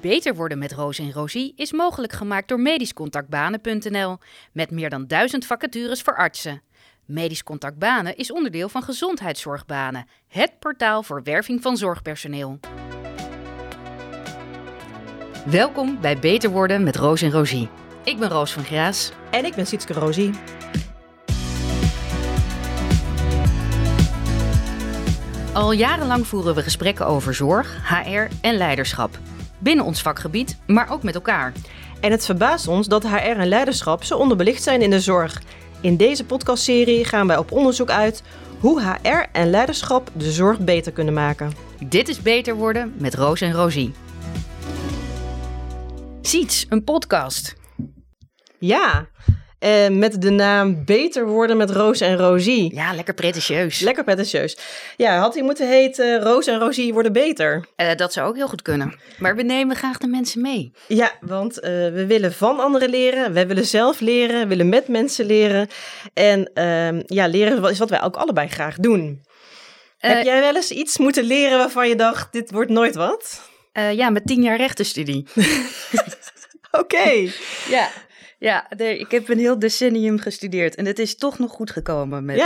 Beter worden met Roos en Rosie is mogelijk gemaakt door medischcontactbanen.nl met meer dan 1000 vacatures voor artsen. Medisch Contact Banen is onderdeel van Gezondheidszorgbanen, het portaal voor werving van zorgpersoneel. Welkom bij Beter worden met Roos en Rosie. Ik ben Roos van Graas. En ik ben Sietske Rosie. Al jarenlang voeren we gesprekken over zorg, HR en leiderschap. Binnen ons vakgebied, maar ook met elkaar. En het verbaast ons dat HR en leiderschap zo onderbelicht zijn in de zorg. In deze podcastserie gaan wij op onderzoek uit hoe HR en leiderschap de zorg beter kunnen maken. Dit is Beter worden met Roos en Rosie. Siets, een podcast. Ja, met de naam Beter worden met Roos en Rosie. Ja, lekker pretentieus. Lekker pretentieus. Ja, had hij moeten heten Roos en Rosie worden beter. Dat zou ook heel goed kunnen. Maar we nemen graag de mensen mee. Ja, want we willen van anderen leren. Wij willen zelf leren. We willen met mensen leren. En leren is wat wij ook allebei graag doen. Heb jij wel eens iets moeten leren waarvan je dacht, dit wordt nooit wat? Ja, met 10 jaar rechtenstudie. Oké. Ja, ik heb een heel decennium gestudeerd en het is toch nog goed gekomen met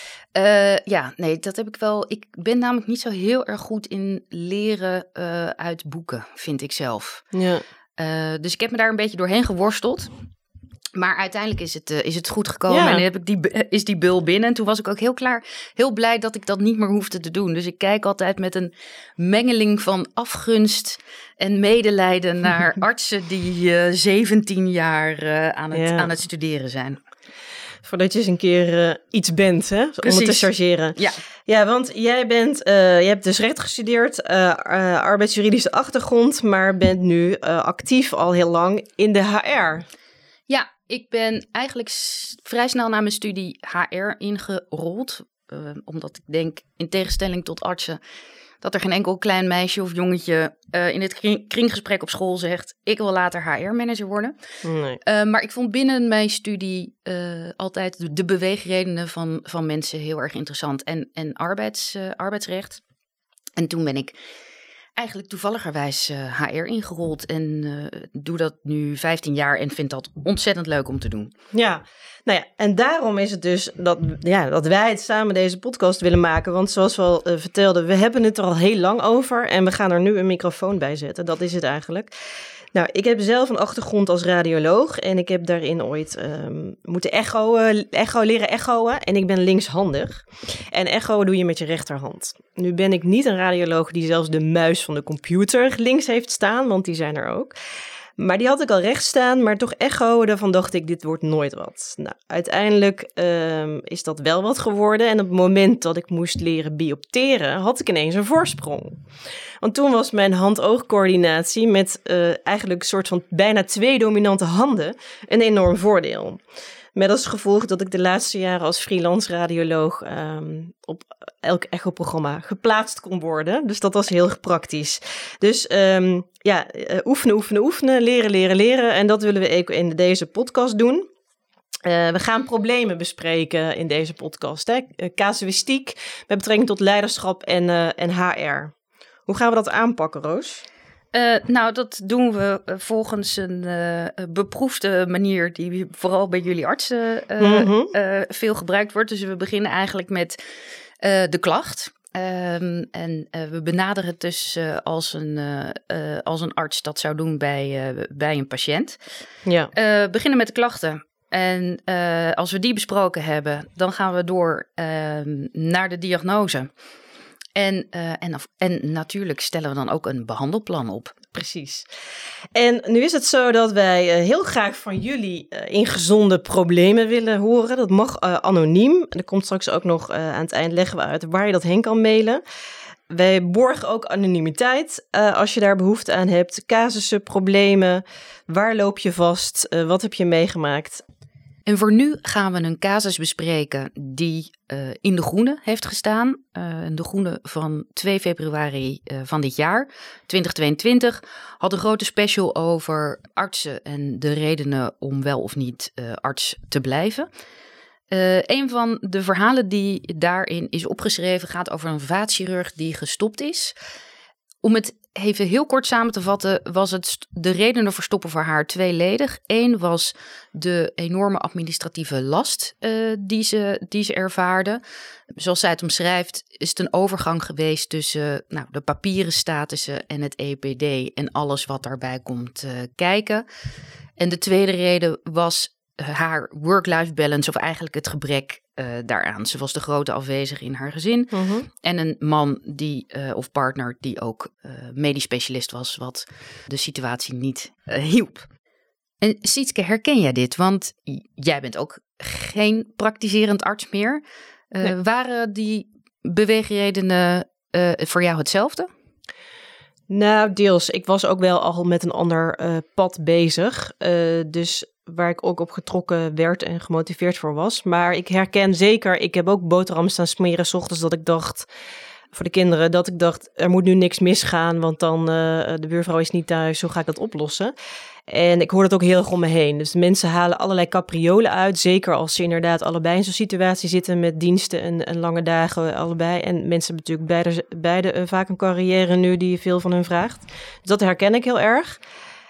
me. Dat heb ik wel. Ik ben namelijk niet zo heel erg goed in leren uit boeken, vind ik zelf. Ja. Dus ik heb me daar een beetje doorheen geworsteld. Maar uiteindelijk is het goed gekomen en is die bul binnen. En toen was ik ook heel blij dat ik dat niet meer hoefde te doen. Dus ik kijk altijd met een mengeling van afgunst en medelijden naar artsen die 17 jaar aan het studeren zijn. Voordat je eens een keer iets bent, hè? Om het te chargeren. Ja, want je hebt dus recht gestudeerd, arbeidsjuridische achtergrond, maar bent nu actief al heel lang in de HR. Ja, ik ben eigenlijk vrij snel na mijn studie HR ingerold. Omdat ik denk, in tegenstelling tot artsen, dat er geen enkel klein meisje of jongetje in het kringgesprek op school zegt, ik wil later HR-manager worden. Nee. Maar ik vond binnen mijn studie altijd de beweegredenen van mensen heel erg interessant. En arbeidsrecht. En toen ben ik eigenlijk toevalligerwijs HR ingerold en doe dat nu 15 jaar en vind dat ontzettend leuk om te doen. Ja, nou ja, en daarom is het dus dat wij het samen deze podcast willen maken. Want zoals we al vertelden, we hebben het er al heel lang over en we gaan er nu een microfoon bij zetten. Dat is het eigenlijk. Nou, ik heb zelf een achtergrond als radioloog en ik heb daarin ooit moeten leren echoen en ik ben linkshandig. En echoen doe je met je rechterhand. Nu ben ik niet een radioloog die zelfs de muis van de computer links heeft staan, want die zijn er ook. Maar die had ik al rechts staan, maar toch echoen, daarvan dacht ik, dit wordt nooit wat. Nou, uiteindelijk is dat wel wat geworden. En op het moment dat ik moest leren biopteren, had ik ineens een voorsprong. Want toen was mijn hand-oogcoördinatie met eigenlijk een soort van bijna 2 dominante handen een enorm voordeel. Met als gevolg dat ik de laatste jaren als freelance radioloog op elk echoprogramma geplaatst kon worden. Dus dat was heel praktisch. Dus oefenen, leren. En dat willen we ook in deze podcast doen. We gaan problemen bespreken in deze podcast. Casuïstiek met betrekking tot leiderschap en HR. Hoe gaan we dat aanpakken, Roos? Dat doen we volgens een beproefde manier die vooral bij jullie artsen veel gebruikt wordt. Dus we beginnen eigenlijk met de klacht. We benaderen het dus als een arts dat zou doen bij een patiënt. Ja. Beginnen met de klachten. En als we die besproken hebben, dan gaan we door naar de diagnose. En natuurlijk stellen we dan ook een behandelplan op. Precies. En nu is het zo dat wij heel graag van jullie ingezonde problemen willen horen. Dat mag anoniem. Er komt straks ook nog aan het eind leggen we uit waar je dat heen kan mailen. Wij borgen ook anonimiteit als je daar behoefte aan hebt. Casussen, problemen, waar loop je vast, wat heb je meegemaakt? En voor nu gaan we een casus bespreken die in De Groene heeft gestaan. De Groene van 2 februari van dit jaar, 2022, had een grote special over artsen en de redenen om wel of niet arts te blijven. Een van de verhalen die daarin is opgeschreven gaat over een vaatchirurg die gestopt is. Om het even heel kort samen te vatten, was de redenen voor stoppen voor haar tweeledig. Eén was de enorme administratieve last die ze ervaarde. Zoals zij het omschrijft, is het een overgang geweest tussen de papieren statussen en het EPD en alles wat daarbij komt kijken. En de tweede reden was haar work-life balance, of eigenlijk het gebrek daaraan. Ze was de grote afwezige in haar gezin. Mm-hmm. En een man of partner die ook medisch specialist was, wat de situatie niet hielp. En Sietske, herken jij dit? Want jij bent ook geen praktiserend arts meer. Nee. Waren die beweegredenen voor jou hetzelfde? Nou, deels. Ik was ook wel al met een ander pad bezig. Dus waar ik ook op getrokken werd en gemotiveerd voor was. Maar ik herken zeker, ik heb ook boterhammen staan smeren 's ochtends dat ik dacht, voor de kinderen, dat ik dacht, er moet nu niks misgaan, want dan de buurvrouw is niet thuis, hoe ga ik dat oplossen? En ik hoor dat ook heel erg om me heen. Dus mensen halen allerlei capriolen uit, zeker als ze inderdaad allebei in zo'n situatie zitten met diensten en lange dagen allebei. En mensen hebben natuurlijk beide vaak een carrière nu die veel van hun vraagt. Dus dat herken ik heel erg.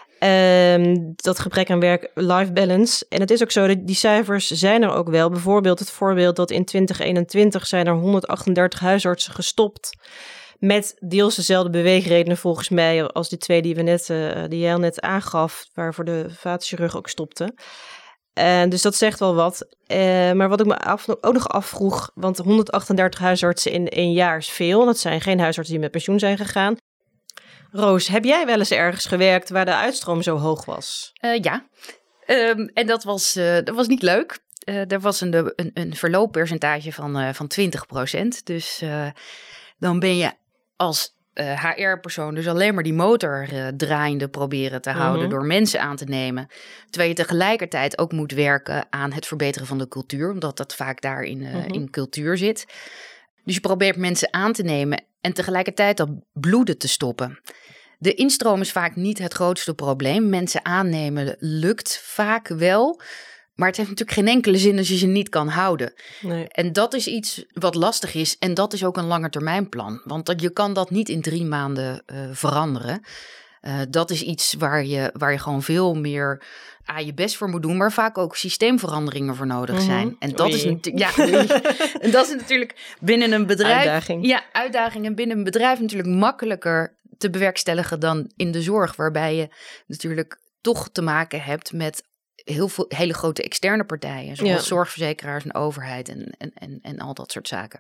Dat gebrek aan work-life balance. En het is ook zo, dat die cijfers zijn er ook wel. Bijvoorbeeld het voorbeeld dat in 2021 zijn er 138 huisartsen gestopt met deels dezelfde beweegredenen volgens mij als die twee die jij net aangaf, waarvoor de vaatchirurg ook stopte. Dus dat zegt wel wat. Maar wat ik me ook nog afvroeg, want 138 huisartsen in 1 jaar is veel. Dat zijn geen huisartsen die met pensioen zijn gegaan. Roos, heb jij wel eens ergens gewerkt waar de uitstroom zo hoog was? Ja, en dat was niet leuk. Er was een verlooppercentage van 20%. Dus dan ben je als HR-persoon dus alleen maar die motor draaiende proberen te houden door mensen aan te nemen. Terwijl je tegelijkertijd ook moet werken aan het verbeteren van de cultuur, omdat dat vaak daar in cultuur zit. Dus je probeert mensen aan te nemen en tegelijkertijd dat bloeden te stoppen. De instroom is vaak niet het grootste probleem. Mensen aannemen lukt vaak wel. Maar het heeft natuurlijk geen enkele zin als je ze niet kan houden. Nee. En dat is iets wat lastig is. En dat is ook een langetermijnplan. Want je kan dat niet in 3 maanden veranderen. Dat is iets waar je gewoon veel meer aan je best voor moet doen, maar vaak ook systeemveranderingen voor nodig zijn. En dat is en dat is natuurlijk binnen een bedrijf. Uitdaging. Ja, uitdaging. En binnen een bedrijf natuurlijk makkelijker te bewerkstelligen dan in de zorg, waarbij je natuurlijk toch te maken hebt met heel veel hele grote externe partijen, zoals zorgverzekeraars en overheid en al dat soort zaken.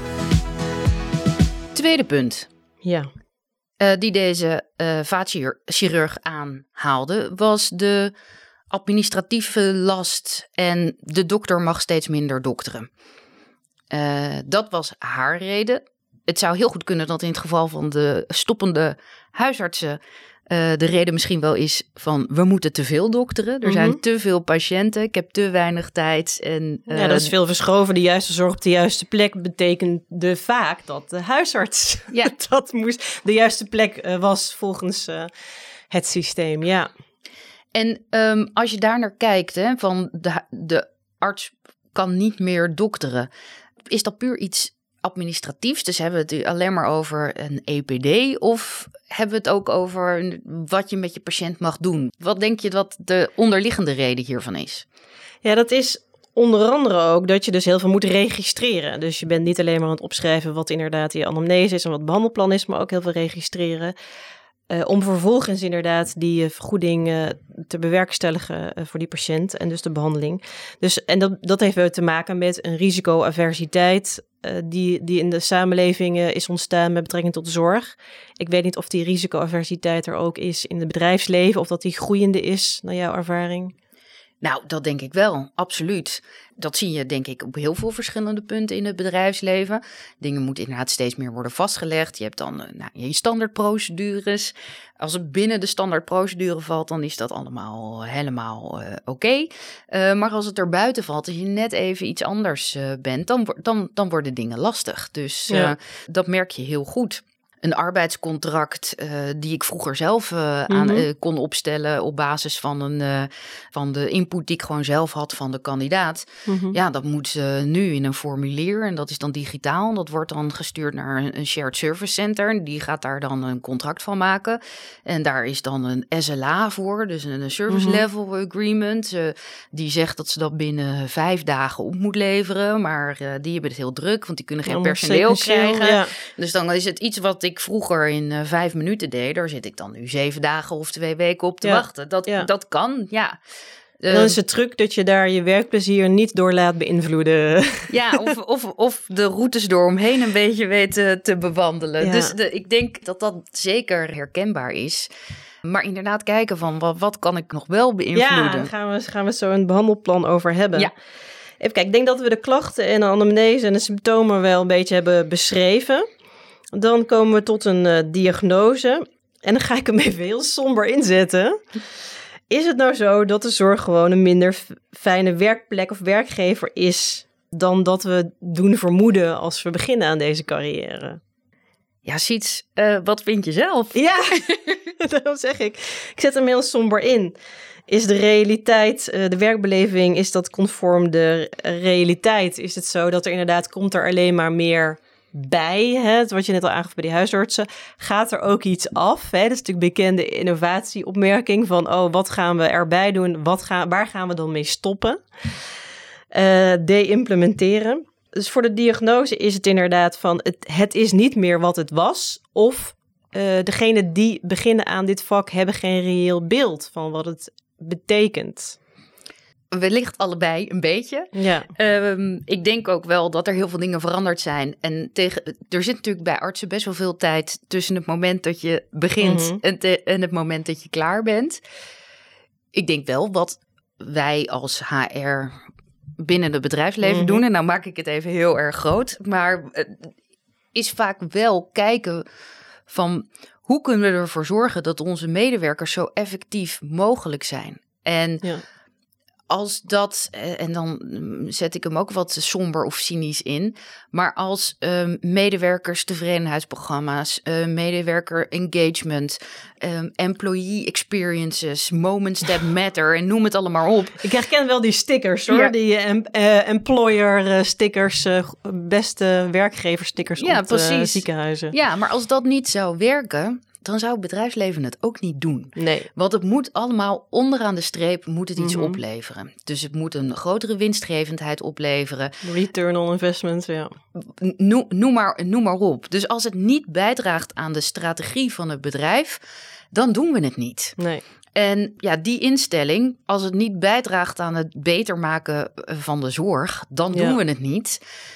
Tweede punt. Ja. Die deze vaatchirurg aanhaalde, was de administratieve last en de dokter mag steeds minder dokteren. Dat was haar reden. Het zou heel goed kunnen dat in het geval van de stoppende huisartsen de reden misschien wel is van we moeten te veel dokteren. Er zijn te veel patiënten, ik heb te weinig tijd. Dat is veel verschoven. De juiste zorg op de juiste plek betekende vaak dat de huisarts de juiste plek was volgens het systeem. Ja. En als je daar naar kijkt, van de arts kan niet meer dokteren. Is dat puur iets administratiefs? Dus hebben we het alleen maar over een EPD of hebben we het ook over wat je met je patiënt mag doen? Wat denk je dat de onderliggende reden hiervan is? Ja, dat is onder andere ook dat je dus heel veel moet registreren. Dus je bent niet alleen maar aan het opschrijven wat inderdaad je anamnese is en wat het behandelplan is, maar ook heel veel registreren. Om vervolgens inderdaad die vergoeding te bewerkstelligen voor die patiënt en dus de behandeling. Dus, en dat heeft wel te maken met een risicoaversiteit die in de samenleving is ontstaan met betrekking tot de zorg. Ik weet niet of die risicoaversiteit er ook is in het bedrijfsleven of dat die groeiende is naar jouw ervaring. Nou, dat denk ik wel, absoluut. Dat zie je denk ik op heel veel verschillende punten in het bedrijfsleven. Dingen moeten inderdaad steeds meer worden vastgelegd. Je hebt dan je standaardprocedures. Als het binnen de standaardprocedure valt, dan is dat allemaal helemaal oké. Maar als het er buiten valt, als je net even iets anders bent, dan worden dingen lastig. Dus dat merk je heel goed. een arbeidscontract die ik vroeger zelf kon opstellen op basis van de input die ik gewoon zelf had van de kandidaat. Ja, dat moet nu in een formulier en dat is dan digitaal. Dat wordt dan gestuurd naar een shared service center. Die gaat daar dan een contract van maken. En daar is dan een SLA voor, dus een service level agreement. Die zegt dat ze dat binnen 5 dagen op moet leveren. Maar die hebben het heel druk, want die kunnen geen personeel krijgen. Ja. Dus dan is het iets wat ik vroeger in 5 minuten deed. Daar zit ik dan nu 7 dagen of 2 weken op te wachten. Dat kan, ja. Dan is het truc dat je daar je werkplezier niet door laat beïnvloeden. Ja, of de routes eromheen een beetje weten te bewandelen. Ja. Dus ik denk dat dat zeker herkenbaar is. Maar inderdaad kijken van wat kan ik nog wel beïnvloeden. Ja, daar gaan we zo een behandelplan over hebben. Ja. Even kijken, ik denk dat we de klachten en de anamnese en de symptomen wel een beetje hebben beschreven. Dan komen we tot een diagnose. En dan ga ik hem even heel somber inzetten. Is het nou zo dat de zorg gewoon een minder fijne werkplek of werkgever is dan dat we doen vermoeden als we beginnen aan deze carrière? Ja, Siets, wat vind je zelf? Ja, daarom zeg ik. Ik zet hem heel somber in. Is de realiteit, de werkbeleving, is dat conform de realiteit? Is het zo dat er inderdaad komt er alleen maar meer bij, hè? Wat je net al aangaf bij die huisartsen, gaat er ook iets af? Hè? Dat is natuurlijk bekende innovatieopmerking van, wat gaan we erbij doen? Waar gaan we dan mee stoppen? De-implementeren. Dus voor de diagnose is het inderdaad van, het is niet meer wat het was, of degenen die beginnen aan dit vak hebben geen reëel beeld van wat het betekent. Wellicht allebei een beetje. Ja. Ik denk ook wel dat er heel veel dingen veranderd zijn. En er zit natuurlijk bij artsen best wel veel tijd tussen het moment dat je begint en het moment dat je klaar bent. Ik denk wel wat wij als HR binnen het bedrijfsleven doen, en nou maak ik het even heel erg groot, maar is vaak wel kijken van hoe kunnen we ervoor zorgen dat onze medewerkers zo effectief mogelijk zijn. En als dat, en dan zet ik hem ook wat somber of cynisch in, maar als medewerkers tevredenheidsprogramma's, medewerker engagement, employee experiences, moments that matter en noem het allemaal op. Ik herken wel die stickers hoor, die employer stickers, beste werkgever stickers op de ziekenhuizen. Ja, maar als dat niet zou werken, dan zou het bedrijfsleven het ook niet doen. Nee. Want het moet allemaal onderaan de streep moet het iets opleveren. Dus het moet een grotere winstgevendheid opleveren. Return on investment, ja. Noem maar op. Dus als het niet bijdraagt aan de strategie van het bedrijf, dan doen we het niet. Nee. En ja, die instelling, als het niet bijdraagt aan het beter maken van de zorg, dan doen we het niet.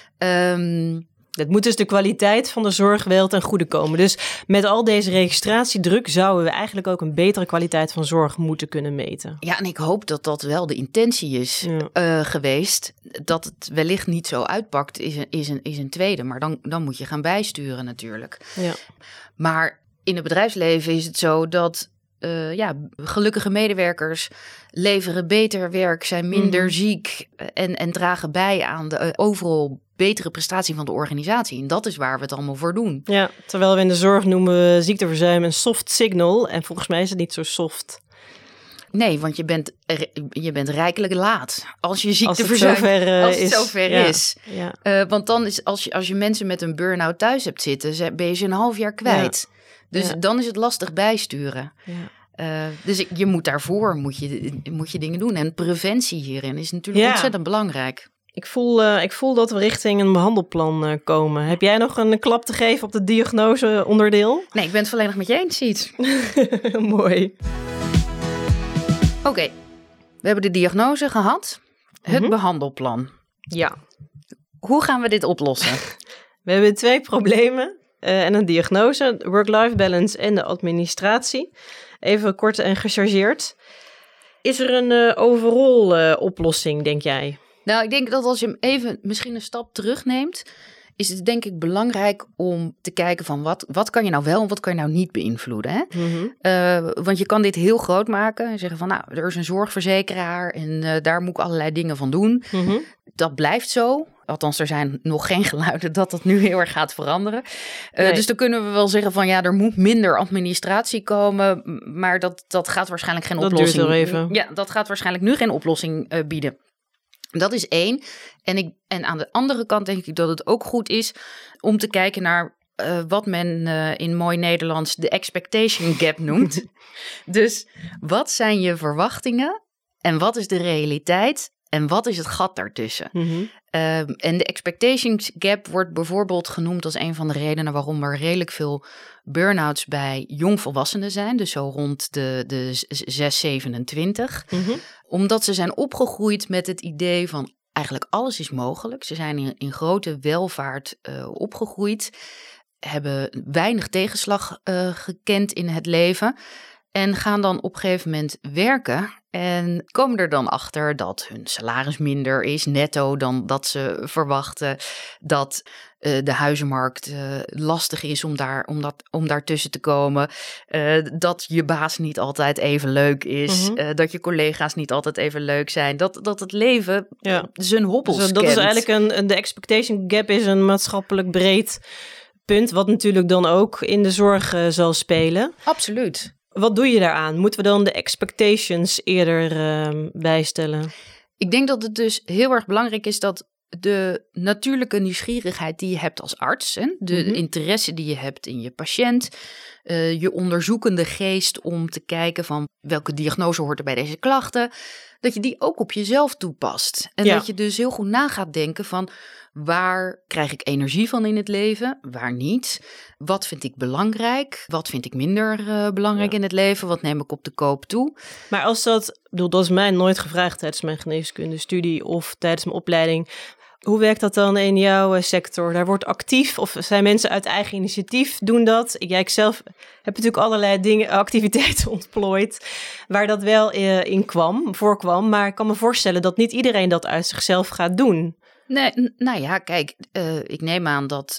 Het moet dus de kwaliteit van de zorg wel ten goede komen. Dus met al deze registratiedruk zouden we eigenlijk ook een betere kwaliteit van zorg moeten kunnen meten. Ja, en ik hoop dat dat wel de intentie is geweest. Dat het wellicht niet zo uitpakt is een tweede. Maar dan moet je gaan bijsturen natuurlijk. Ja. Maar in het bedrijfsleven is het zo dat gelukkige medewerkers leveren beter werk, zijn minder ziek en dragen bij aan de overal betere prestatie van de organisatie. En dat is waar we het allemaal voor doen. Ja, terwijl we in de zorg noemen we ziekteverzuim een soft signal. En volgens mij is het niet zo soft. Nee, want je bent rijkelijk laat als je ziekteverzuim als het zover is. Ja. Want dan is als je mensen met een burn-out thuis hebt zitten, ben je ze een half jaar kwijt. Ja. Dus dan is het lastig bijsturen. Ja. Dus je moet daarvoor moet je dingen doen. En preventie hierin is natuurlijk ontzettend belangrijk. Ik voel dat we richting een behandelplan komen. Heb jij nog een klap te geven op de diagnose-onderdeel? Nee, ik ben het volledig met je eens, Siets. Mooi. Oké, we hebben de diagnose gehad. Het behandelplan. Ja. Hoe gaan we dit oplossen? We hebben 2 problemen en een diagnose. Work-life balance en de administratie. Even kort en gechargeerd. Is er een overall oplossing, denk jij? Nou, ik denk dat als je hem even misschien een stap terugneemt, is het denk ik belangrijk om te kijken van wat kan je nou wel en wat kan je nou niet beïnvloeden. Hè? Want je kan dit heel groot maken en zeggen van er is een zorgverzekeraar en daar moet ik allerlei dingen van doen. Dat blijft zo. Althans, er zijn nog geen geluiden dat dat nu heel erg gaat veranderen. Nee. Dus dan kunnen we wel zeggen van er moet minder administratie komen. Maar dat gaat waarschijnlijk geen oplossing. Dat duurt wel even. Ja, dat gaat waarschijnlijk nu geen oplossing bieden. Dat is 1. En aan de andere kant denk ik dat het ook goed is om te kijken naar wat men in mooi Nederlands de expectation gap noemt. Dus wat zijn je verwachtingen en wat is de realiteit en wat is het gat daartussen? Mm-hmm. En de expectation gap wordt bijvoorbeeld genoemd als een van de redenen waarom er redelijk veel burn-outs bij jongvolwassenen zijn. Dus zo rond de 6, 27. Mm-hmm. Omdat ze zijn opgegroeid met het idee van eigenlijk alles is mogelijk. Ze zijn in grote welvaart opgegroeid. Hebben weinig tegenslag gekend in het leven. En gaan dan op een gegeven moment werken. En komen er dan achter dat hun salaris minder is netto dan dat ze verwachten. Dat de huizenmarkt lastig is om daartussen te komen. Dat je baas niet altijd even leuk is. Mm-hmm. Dat je collega's niet altijd even leuk zijn. Dat het leven zijn hobbels dus dat kent. is eigenlijk de expectation gap is een maatschappelijk breed punt. Wat natuurlijk dan ook in de zorg zal spelen. Absoluut. Wat doe je daaraan? Moeten we dan de expectations eerder bijstellen? Ik denk dat het dus heel erg belangrijk is dat de natuurlijke nieuwsgierigheid die je hebt als arts, de interesse die je hebt in je patiënt, je onderzoekende geest om te kijken van welke diagnose hoort er bij deze klachten, dat je die ook op jezelf toepast. En dat je dus heel goed na gaat denken van waar krijg ik energie van in het leven, waar niet? Wat vind ik belangrijk? Wat vind ik minder belangrijk in het leven? Wat neem ik op de koop toe? Maar als dat is mij nooit gevraagd tijdens mijn geneeskundestudie of tijdens mijn opleiding. Hoe werkt dat dan in jouw sector? Daar wordt actief of zijn mensen uit eigen initiatief doen dat? Ik zelf heb natuurlijk allerlei activiteiten ontplooid waar dat wel voorkwam. Maar ik kan me voorstellen dat niet iedereen dat uit zichzelf gaat doen. Nee, nou ja, kijk, ik neem aan dat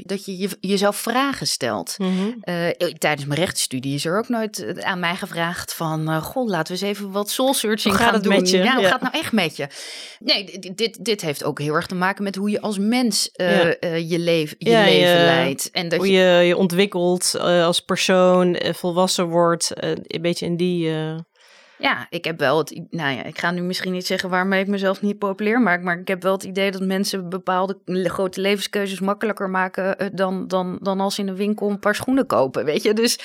je jezelf vragen stelt. Mm-hmm. Tijdens mijn rechtsstudie is er ook nooit aan mij gevraagd van laten we eens even wat soul-searching gaan doen. Met je? Ja, hoe gaat het nou echt met je? Nee, dit heeft ook heel erg te maken met hoe je als mens je leven leidt. En dat hoe je ontwikkelt als persoon, volwassen wordt, een beetje in die... Ja, ik heb wel ik ga nu misschien niet zeggen waarmee ik mezelf niet populair maak, maar ik heb wel het idee dat mensen bepaalde grote levenskeuzes makkelijker maken dan als ze in een winkel een paar schoenen kopen, weet je. Dus,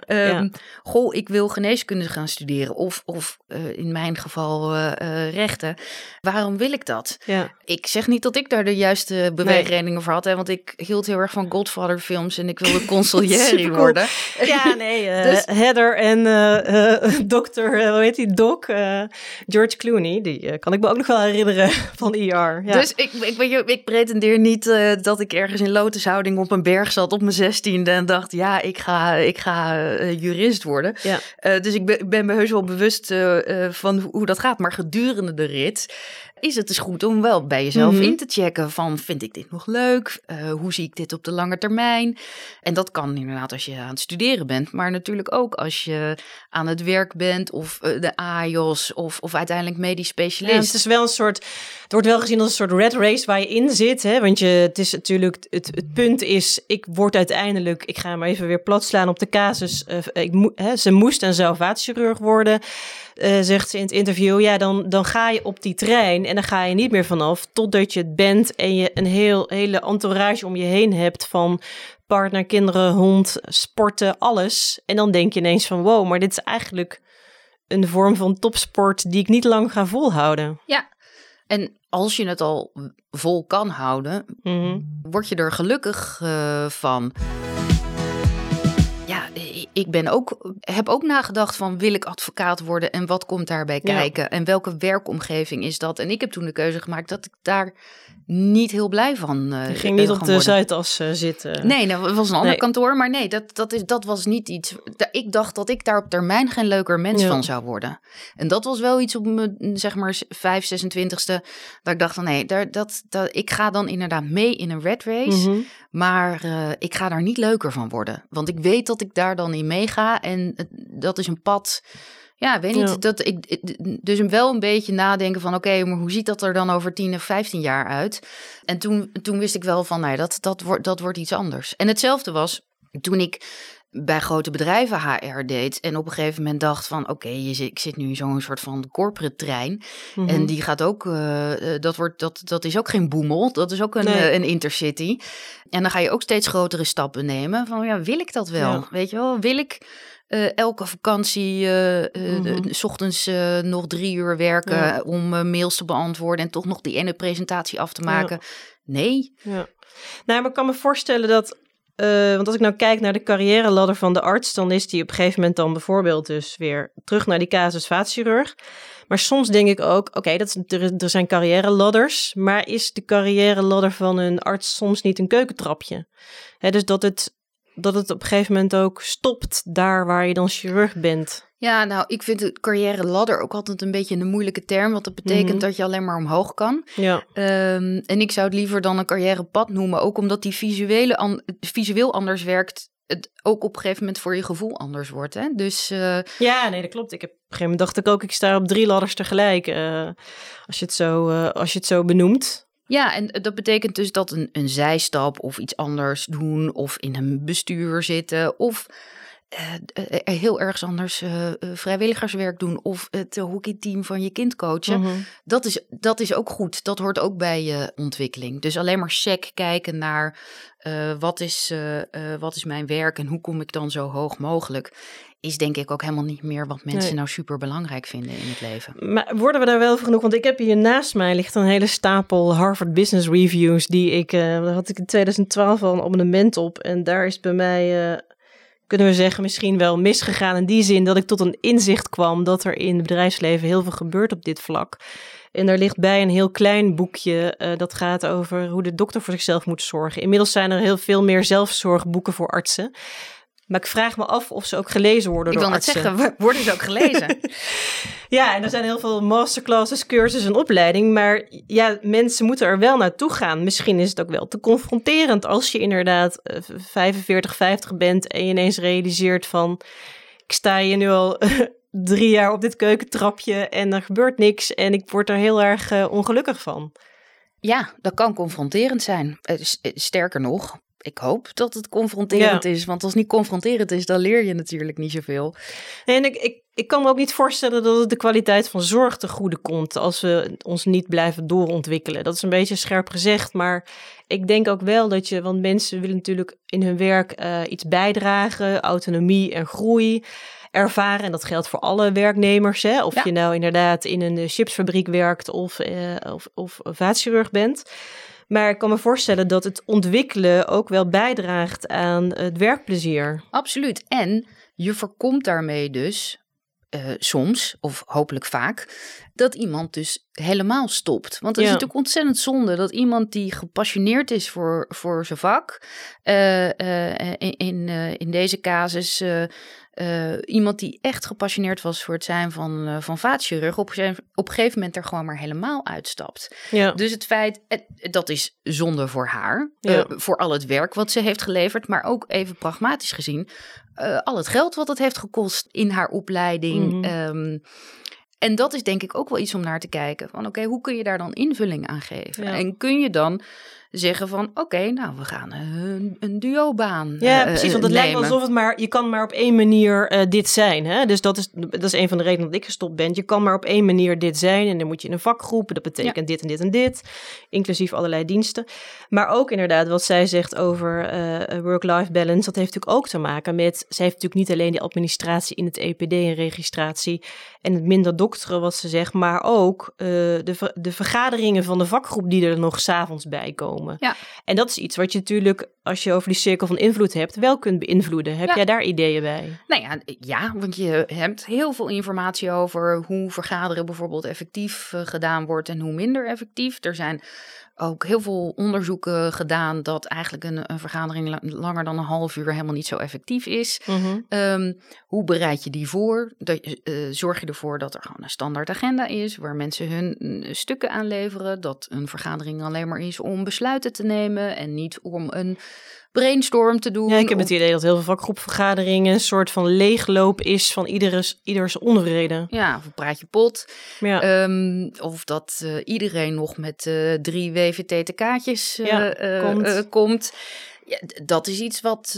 ik wil geneeskunde gaan studeren of in mijn geval rechten. Waarom wil ik dat? Ja. Ik zeg niet dat ik daar de juiste beweegredenen voor had, want ik hield heel erg van Godfather films en ik wilde consigliere worden. Ja, nee, dus Heather en dokter... Hoe heet die doc? George Clooney. Die kan ik me ook nog wel herinneren van ER. Ja. Dus ik pretendeer niet dat ik ergens in lotushouding op een berg zat op mijn 16e en dacht, ja, ik ga jurist worden. Ja. Dus ik ben me heus wel bewust van hoe dat gaat. Maar gedurende de rit is het dus goed om wel bij jezelf in te checken van, vind ik dit nog leuk? Hoe zie ik dit op de lange termijn? En dat kan inderdaad als je aan het studeren bent, maar natuurlijk ook als je aan het werk bent of de AIOS of uiteindelijk medisch specialist. Ja, het is wel het wordt wel gezien als een soort rat race waar je in zit, hè? Want het is natuurlijk, het punt is, ik ga maar even weer plat slaan op de casus, ze moest een salvaatchirurg worden, zegt ze in het interview. Ja, dan ga je op die trein en dan ga je niet meer vanaf totdat je het bent en je een hele entourage om je heen hebt van partner, kinderen, hond, sporten, alles. En dan denk je ineens van wow, maar dit is eigenlijk een vorm van topsport die ik niet lang ga volhouden. Ja, en als je het al vol kan houden, word je er gelukkig van. Ja, ik heb ook nagedacht van, wil ik advocaat worden en wat komt daarbij kijken? En welke werkomgeving is dat? En ik heb toen de keuze gemaakt dat ik daar niet heel blij van je ging niet op de Zuidas zitten. Nee, dat was een ander kantoor, maar nee, dat was niet iets. Ik dacht dat ik daar op termijn geen leuker mens van zou worden. En dat was wel iets op mijn, zeg maar, 26e, dat ik dacht van nee, ik ga dan inderdaad mee in een rat race, maar ik ga daar niet leuker van worden. Want ik weet dat ik daar dan in meega en dat is een pad Ja, weet niet. Dat ik dus wel een beetje nadenken van oké, maar hoe ziet dat er dan over 10 of 15 jaar uit? En toen wist ik wel van, nou ja, dat wordt iets anders. En hetzelfde was toen ik bij grote bedrijven HR deed en op een gegeven moment dacht van oké, ik zit nu in zo'n soort van corporate trein. Mm-hmm. En die gaat ook, dat is ook geen boemel, dat is ook een intercity. En dan ga je ook steeds grotere stappen nemen van ja, wil ik dat wel? Ja. Weet je wel, wil ik elke vakantie 's ochtends nog 3 uur werken om mails te beantwoorden en toch nog die ene presentatie af te maken? Ja. Nee. Ja. Nou, maar ik kan me voorstellen dat want als ik nou kijk naar de carrière-ladder van de arts, dan is die op een gegeven moment dan bijvoorbeeld dus weer terug naar die casus vaatchirurg. Maar soms denk ik ook, oké, er zijn carrière-ladders, maar is de carrière-ladder van een arts soms niet een keukentrapje? Dus dat het op een gegeven moment ook stopt daar waar je dan chirurg bent. Ja, nou, ik vind de carrière-ladder ook altijd een beetje een moeilijke term, want dat betekent dat je alleen maar omhoog kan. Ja. En ik zou het liever dan een carrièrepad noemen, ook omdat die visueel anders werkt, het ook op een gegeven moment voor je gevoel anders wordt. Hè? Dus, ja, nee, dat klopt. Op een gegeven moment dacht ik ook, ik sta op 3 ladders tegelijk, als je het zo benoemt. Ja, en dat betekent dus dat een zijstap of iets anders doen of in een bestuur zitten of heel ergens anders vrijwilligerswerk doen of het hockeyteam van je kind coachen. Mm-hmm. Dat is ook goed. Dat hoort ook bij je ontwikkeling. Dus alleen maar sec kijken naar wat is mijn werk en hoe kom ik dan zo hoog mogelijk, is denk ik ook helemaal niet meer wat mensen nou super belangrijk vinden in het leven. Maar worden we daar wel voor genoeg? Want ik heb hier naast mij ligt een hele stapel Harvard Business Reviews die daar had ik in 2012 al een abonnement op. En daar is bij mij, kunnen we zeggen, misschien wel misgegaan in die zin dat ik tot een inzicht kwam dat er in het bedrijfsleven heel veel gebeurt op dit vlak. En daar ligt bij een heel klein boekje dat gaat over hoe de dokter voor zichzelf moet zorgen. Inmiddels zijn er heel veel meer zelfzorgboeken voor artsen. Maar ik vraag me af of ze ook gelezen worden door artsen. Ik wil net zeggen, worden ze ook gelezen? Ja, en er zijn heel veel masterclasses, cursussen en opleiding. Maar ja, mensen moeten er wel naartoe gaan. Misschien is het ook wel te confronterend als je inderdaad 45, 50 bent en je ineens realiseert van, ik sta hier nu al 3 jaar op dit keukentrapje en er gebeurt niks en ik word er heel erg ongelukkig van. Ja, dat kan confronterend zijn. Sterker nog, ik hoop dat het confronterend is. Want als het niet confronterend is, dan leer je natuurlijk niet zoveel. En ik kan me ook niet voorstellen dat het de kwaliteit van zorg te goede komt als we ons niet blijven doorontwikkelen. Dat is een beetje scherp gezegd, maar ik denk ook wel dat want mensen willen natuurlijk in hun werk iets bijdragen, autonomie en groei ervaren. En dat geldt voor alle werknemers. Hè? Of je nou inderdaad in een chipsfabriek werkt of vaatchirurg bent. Maar ik kan me voorstellen dat het ontwikkelen ook wel bijdraagt aan het werkplezier. Absoluut. En je voorkomt daarmee dus soms, of hopelijk vaak, dat iemand dus helemaal stopt. Want het is natuurlijk ontzettend zonde dat iemand die gepassioneerd is voor zijn vak, in deze casus iemand die echt gepassioneerd was voor het zijn van vaatchirurg, op een gegeven moment er gewoon maar helemaal uitstapt. Ja. Dus het feit, dat is zonde voor haar, voor al het werk wat ze heeft geleverd, maar ook even pragmatisch gezien, al het geld wat het heeft gekost in haar opleiding. Mm-hmm. En dat is denk ik ook wel iets om naar te kijken. Van oké, hoe kun je daar dan invulling aan geven? Ja. En kun je dan zeggen van oké, nou we gaan een duobaan Ja, precies, want het lijkt wel alsof je kan maar op 1 manier dit zijn. Hè? Dus dat is een van de redenen dat ik gestopt ben. Je kan maar op 1 manier dit zijn en dan moet je in een vakgroep. Dat betekent dit en dit en dit, inclusief allerlei diensten. Maar ook inderdaad wat zij zegt over work-life balance, dat heeft natuurlijk ook te maken met, zij heeft natuurlijk niet alleen die administratie in het EPD en registratie en het minder dokteren wat ze zegt, maar ook de vergaderingen van de vakgroep die er nog 's avonds bij komen. Ja. En dat is iets wat je natuurlijk, als je over die cirkel van invloed hebt, wel kunt beïnvloeden. Heb jij daar ideeën bij? Nou ja, want je hebt heel veel informatie over hoe vergaderen bijvoorbeeld effectief gedaan wordt en hoe minder effectief. Er zijn ook heel veel onderzoeken gedaan dat eigenlijk een vergadering langer dan een half uur helemaal niet zo effectief is. Mm-hmm. Hoe bereid je die voor? Zorg je ervoor dat er gewoon een standaard agenda is, waar mensen hun stukken aanleveren, dat een vergadering alleen maar is om besluiten te nemen en niet om een brainstorm te doen. Ja, ik heb het idee dat heel veel vakgroepvergaderingen een soort van leegloop is van ieders onvrede. Ja, of een praatje pot. Ja. Of dat iedereen nog met 3 WVT-kaartjes komt. Ja, dat is iets wat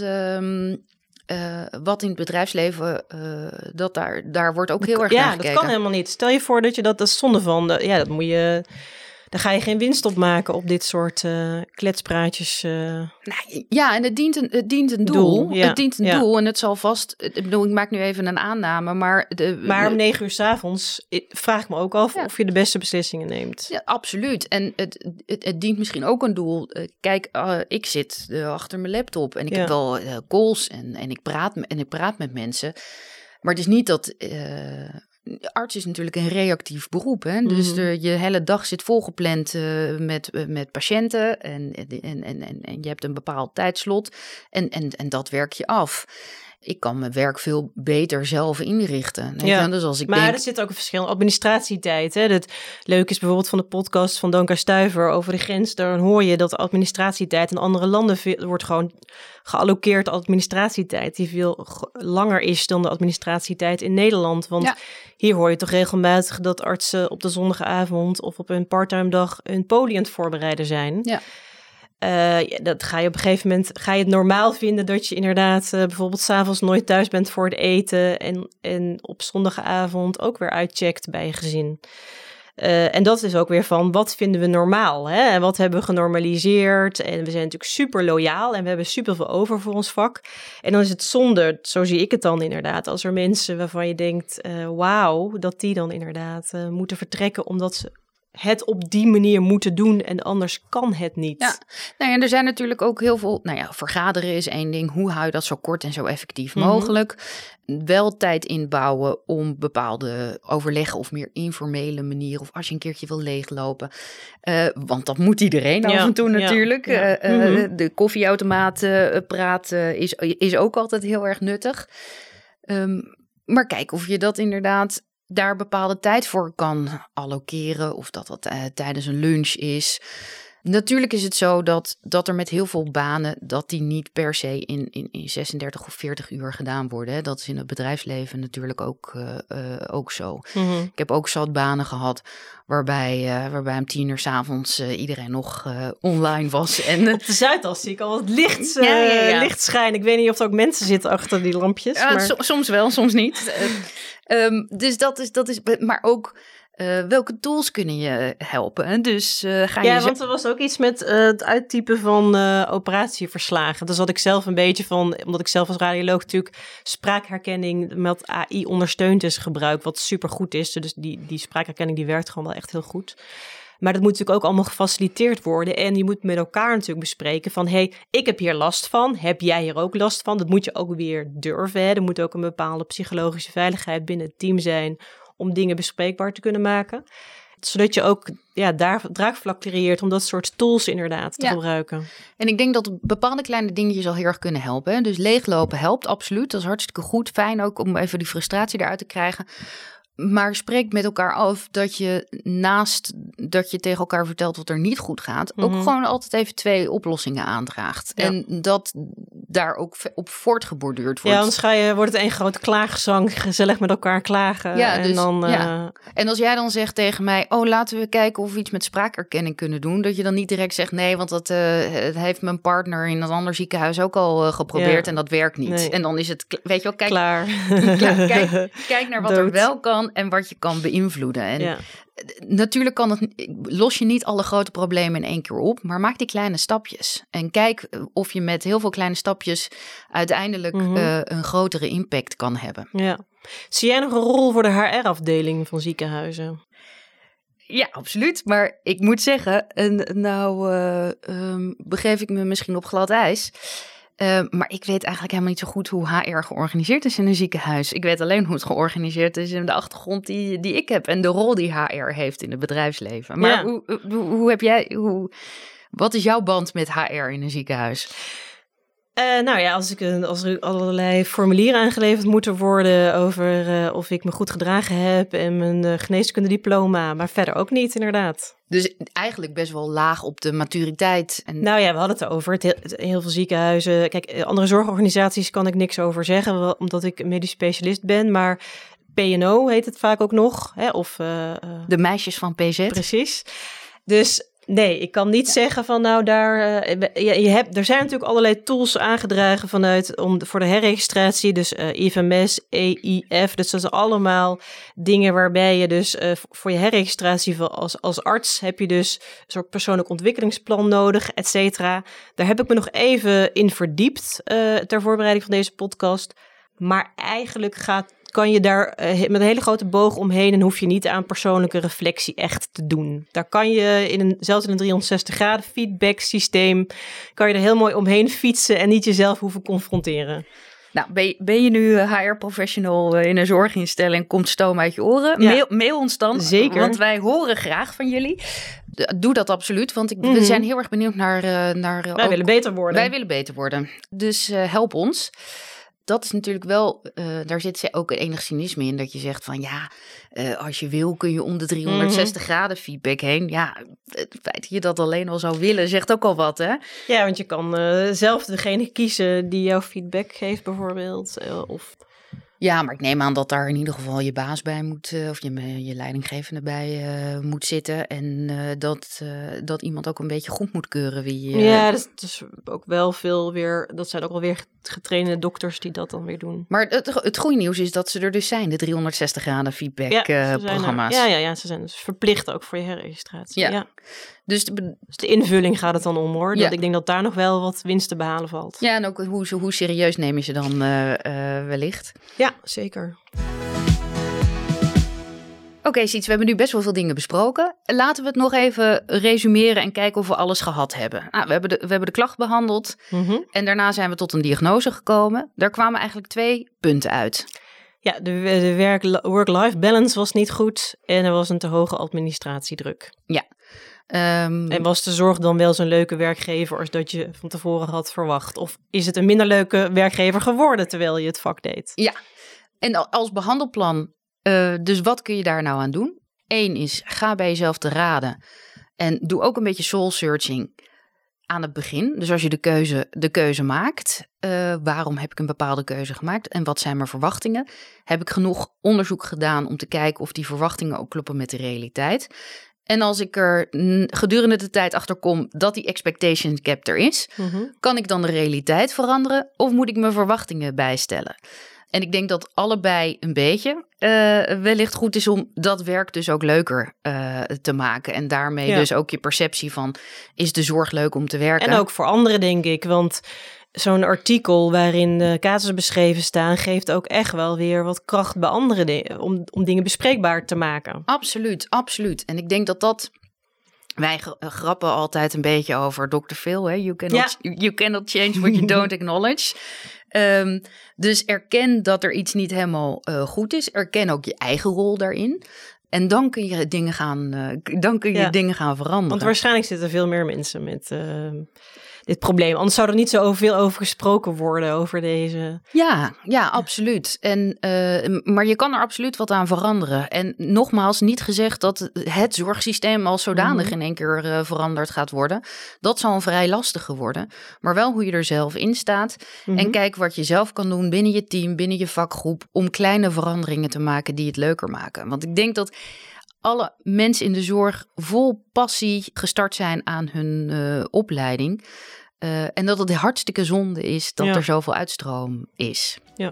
in het bedrijfsleven, daar wordt ook heel erg naar gekeken. Ja, dat kan helemaal niet. Stel je voor dat je dat is zonde van. Dat moet je... Daar ga je geen winst op maken op dit soort kletspraatjes. Ja, en het dient een doel. Ja. Het dient een doel en het zal vast... Ik maak nu even een aanname, maar... Maar om 9 uur 's avonds vraag ik me ook af of je de beste beslissingen neemt. Ja, absoluut. En het dient misschien ook een doel. Kijk, ik zit achter mijn laptop en ik heb wel calls en ik praat met mensen. Maar het is niet dat... Arts is natuurlijk een reactief beroep. Hè? Dus je hele dag zit volgepland met patiënten. En je hebt een bepaald tijdslot. En dat werk je af. Ik kan mijn werk veel beter zelf inrichten. Dus als ik er zit ook een verschil in administratietijd. Hè? Het leuke is bijvoorbeeld van de podcast van Danka Stuyver over de grens. Daar hoor je dat de administratietijd in andere landen wordt gewoon gealloceerd administratietijd. Die veel langer is dan de administratietijd in Nederland. Want hier hoor je toch regelmatig dat artsen op de zondagavond of op een parttime dag een poli aan het voorbereiden zijn. Ja. Dat ga je op een gegeven moment het normaal vinden dat je inderdaad bijvoorbeeld 's avonds nooit thuis bent voor het eten en op zondagavond ook weer uitcheckt bij je gezin. En dat is ook weer van wat vinden we normaal, hè? En wat hebben we genormaliseerd? En we zijn natuurlijk super loyaal en we hebben super veel over voor ons vak. En dan is het zonde, zo zie ik het dan inderdaad, als er mensen waarvan je denkt, wauw, dat die dan inderdaad moeten vertrekken omdat ze het op die manier moeten doen en anders kan het niet. Ja, en er zijn natuurlijk ook heel veel, vergaderen is één ding. Hoe hou je dat zo kort en zo effectief mogelijk? Wel tijd inbouwen om bepaalde overleggen of meer informele manieren of als je een keertje wil leeglopen. Want dat moet iedereen af en toe natuurlijk. De koffieautomaat praten is ook altijd heel erg nuttig. Maar kijk of je dat inderdaad daar bepaalde tijd voor kan allokeren of dat tijdens een lunch is. Natuurlijk is het zo dat er met heel veel banen, dat die niet per se in 36 of 40 uur gedaan worden. Hè. Dat is in het bedrijfsleven natuurlijk ook zo. Ik heb ook zat banen gehad waarbij om 10 uur 's avonds iedereen nog online was. En, op de Zuidas zie ik al wat licht schijnen. Ik weet niet of er ook mensen zitten achter die lampjes. Maar... Soms wel, soms niet. Dus dat is, maar ook welke tools kunnen je helpen? Dus want er was ook iets met het uittypen van operatieverslagen. Dus had ik zelf een beetje van, omdat ik zelf als radioloog natuurlijk spraakherkenning met AI ondersteund is gebruikt, wat super goed is. Dus die spraakherkenning die werkt gewoon wel echt heel goed. Maar dat moet natuurlijk ook allemaal gefaciliteerd worden. En je moet met elkaar natuurlijk bespreken van, hey, ik heb hier last van. Heb jij hier ook last van? Dat moet je ook weer durven. Hè? Er moet ook een bepaalde psychologische veiligheid binnen het team zijn om dingen bespreekbaar te kunnen maken. Zodat je ook daar draagvlak creëert om dat soort tools inderdaad te gebruiken. En ik denk dat bepaalde kleine dingetjes al heel erg kunnen helpen. Hè? Dus leeglopen helpt absoluut. Dat is hartstikke goed. Fijn ook om even die frustratie eruit te krijgen. Maar spreek met elkaar af dat je naast dat je tegen elkaar vertelt wat er niet goed gaat, ook gewoon altijd even 2 oplossingen aandraagt. Ja. En dat daar ook op voortgeborduurd wordt. Ja, anders wordt het een grote klaagzang, gezellig met elkaar klagen. Ja, En als jij dan zegt tegen mij, laten we kijken of we iets met spraakherkenning kunnen doen, dat je dan niet direct zegt, nee, want dat heeft mijn partner in een ander ziekenhuis ook al geprobeerd en dat werkt niet. Nee. En dan is het, weet je wel, kijk, klaar. Kijk naar wat er wel kan en wat je kan beïnvloeden. En natuurlijk los je niet alle grote problemen in één keer op, maar maak die kleine stapjes. En kijk of je met heel veel kleine stapjes uiteindelijk een grotere impact kan hebben. Ja. Zie jij nog een rol voor de HR-afdeling van ziekenhuizen? Ja, absoluut. Maar ik moet zeggen, begeef ik me misschien op glad ijs. Maar ik weet eigenlijk helemaal niet zo goed hoe HR georganiseerd is in een ziekenhuis. Ik weet alleen hoe het georganiseerd is in de achtergrond die ik heb en de rol die HR heeft in het bedrijfsleven. Maar hoe heb jij, wat is jouw band met HR in een ziekenhuis? Als er allerlei formulieren aangeleverd moeten worden over of ik me goed gedragen heb en mijn geneeskundediploma, maar verder ook niet, inderdaad. Dus eigenlijk best wel laag op de maturiteit. En... Nou ja, we hadden het erover. Heel veel ziekenhuizen. Kijk, andere zorgorganisaties kan ik niks over zeggen, omdat ik medisch specialist ben, maar PNO heet het vaak ook nog. Hè? Of de meisjes van PZ. Precies. Dus nee, ik kan niet zeggen van er zijn natuurlijk allerlei tools aangedragen voor de herregistratie. Dus IFMS, EIF. Dus dat zijn allemaal dingen waarbij je dus voor je herregistratie als arts heb je dus een soort persoonlijk ontwikkelingsplan nodig, et cetera. Daar heb ik me nog even in verdiept ter voorbereiding van deze podcast. Maar eigenlijk kan je daar met een hele grote boog omheen en hoef je niet aan persoonlijke reflectie echt te doen. Daar kan je zelfs in een 360 graden feedback systeem, kan je er heel mooi omheen fietsen en niet jezelf hoeven confronteren. Nou, ben je nu HR-professional in een zorginstelling, komt stoom uit je oren? Ja. Mail ons dan, zeker. Want wij horen graag van jullie. Doe dat absoluut, want we zijn heel erg benieuwd naar... Wij willen beter worden. Wij willen beter worden, dus help ons. Dat is natuurlijk wel, daar zit ook enig cynisme in, dat je zegt van als je wil kun je om de 360 graden feedback heen. Ja, het feit dat je dat alleen al zou willen, zegt ook al wat, hè? Ja, want je kan zelf degene kiezen die jouw feedback geeft bijvoorbeeld, Ja, maar ik neem aan dat daar in ieder geval je baas bij moet, of je leidinggevende bij moet zitten. En dat iemand ook een beetje goed moet keuren wie... Ja, dat is ook wel veel weer, dat zijn ook wel weer getrainde dokters die dat dan weer doen. Maar het goede nieuws is dat ze er dus zijn, de 360 graden feedback programma's. Ja, ze zijn dus verplicht ook voor je herregistratie. Ja. Dus de invulling gaat het dan om, hoor. Ik denk dat daar nog wel wat winst te behalen valt. Ja, en ook hoe serieus neem je ze dan wellicht? Ja, zeker. Oké, Siets, we hebben nu best wel veel dingen besproken. Laten we het nog even resumeren en kijken of we alles gehad hebben. Nou, we hebben de klacht behandeld en daarna zijn we tot een diagnose gekomen. Daar kwamen eigenlijk 2 punten uit. Ja, de work-life balance was niet goed en er was een te hoge administratiedruk. Ja. En was de zorg dan wel zo'n leuke werkgever als dat je van tevoren had verwacht? Of is het een minder leuke werkgever geworden terwijl je het vak deed? Ja, en als behandelplan, dus wat kun je daar nou aan doen? 1 is, ga bij jezelf te raden en doe ook een beetje soul searching aan het begin. Dus als je de keuze maakt, waarom heb ik een bepaalde keuze gemaakt en wat zijn mijn verwachtingen? Heb ik genoeg onderzoek gedaan om te kijken of die verwachtingen ook kloppen met de realiteit? En als ik er gedurende de tijd achter kom dat die expectation gap er is, kan ik dan de realiteit veranderen of moet ik mijn verwachtingen bijstellen? En ik denk dat allebei een beetje wellicht goed is om dat werk dus ook leuker te maken. En daarmee dus ook je perceptie van, is de zorg leuk om te werken? En ook voor anderen, denk ik, want zo'n artikel waarin casussen beschreven staan, geeft ook echt wel weer wat kracht bij anderen om dingen bespreekbaar te maken. Absoluut, absoluut. En ik denk dat wij grappen altijd een beetje over Dr. Phil. Hè? You cannot change what you don't acknowledge. Dus erken dat er iets niet helemaal goed is. Erken ook je eigen rol daarin. En dan kun je dingen gaan veranderen. Want waarschijnlijk zitten veel meer mensen met dit probleem. Anders zou er niet zo veel over gesproken worden over deze... Ja, absoluut. Maar je kan er absoluut wat aan veranderen. En nogmaals, niet gezegd dat het zorgsysteem als zodanig in één keer veranderd gaat worden. Dat zal een vrij lastige worden. Maar wel hoe je er zelf in staat. En kijk wat je zelf kan doen binnen je team, binnen je vakgroep, om kleine veranderingen te maken die het leuker maken. Want ik denk dat alle mensen in de zorg vol passie gestart zijn aan hun opleiding. En dat het hartstikke zonde is dat er zoveel uitstroom is. Ja.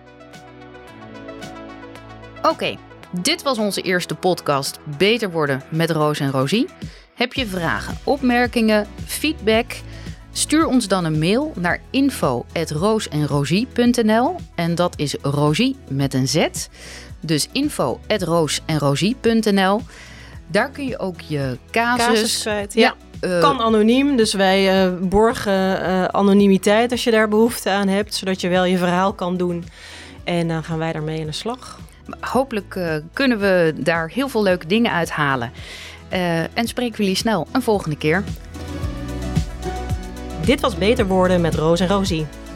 Oké, dit was onze eerste podcast Beter worden met Roos en Rosie. Heb je vragen, opmerkingen, feedback? Stuur ons dan een mail naar info@roosenrosie.nl en dat is Rosie met een Z. Dus info@roosenrosie.nl. Daar kun je ook je casus kwijt. Ja. Kan anoniem, dus wij borgen anonimiteit als je daar behoefte aan hebt, zodat je wel je verhaal kan doen. En dan gaan wij daarmee aan de slag. Hopelijk kunnen we daar heel veel leuke dingen uithalen. En spreken we jullie snel een volgende keer. Dit was Beter Worden met Roos en Rosie.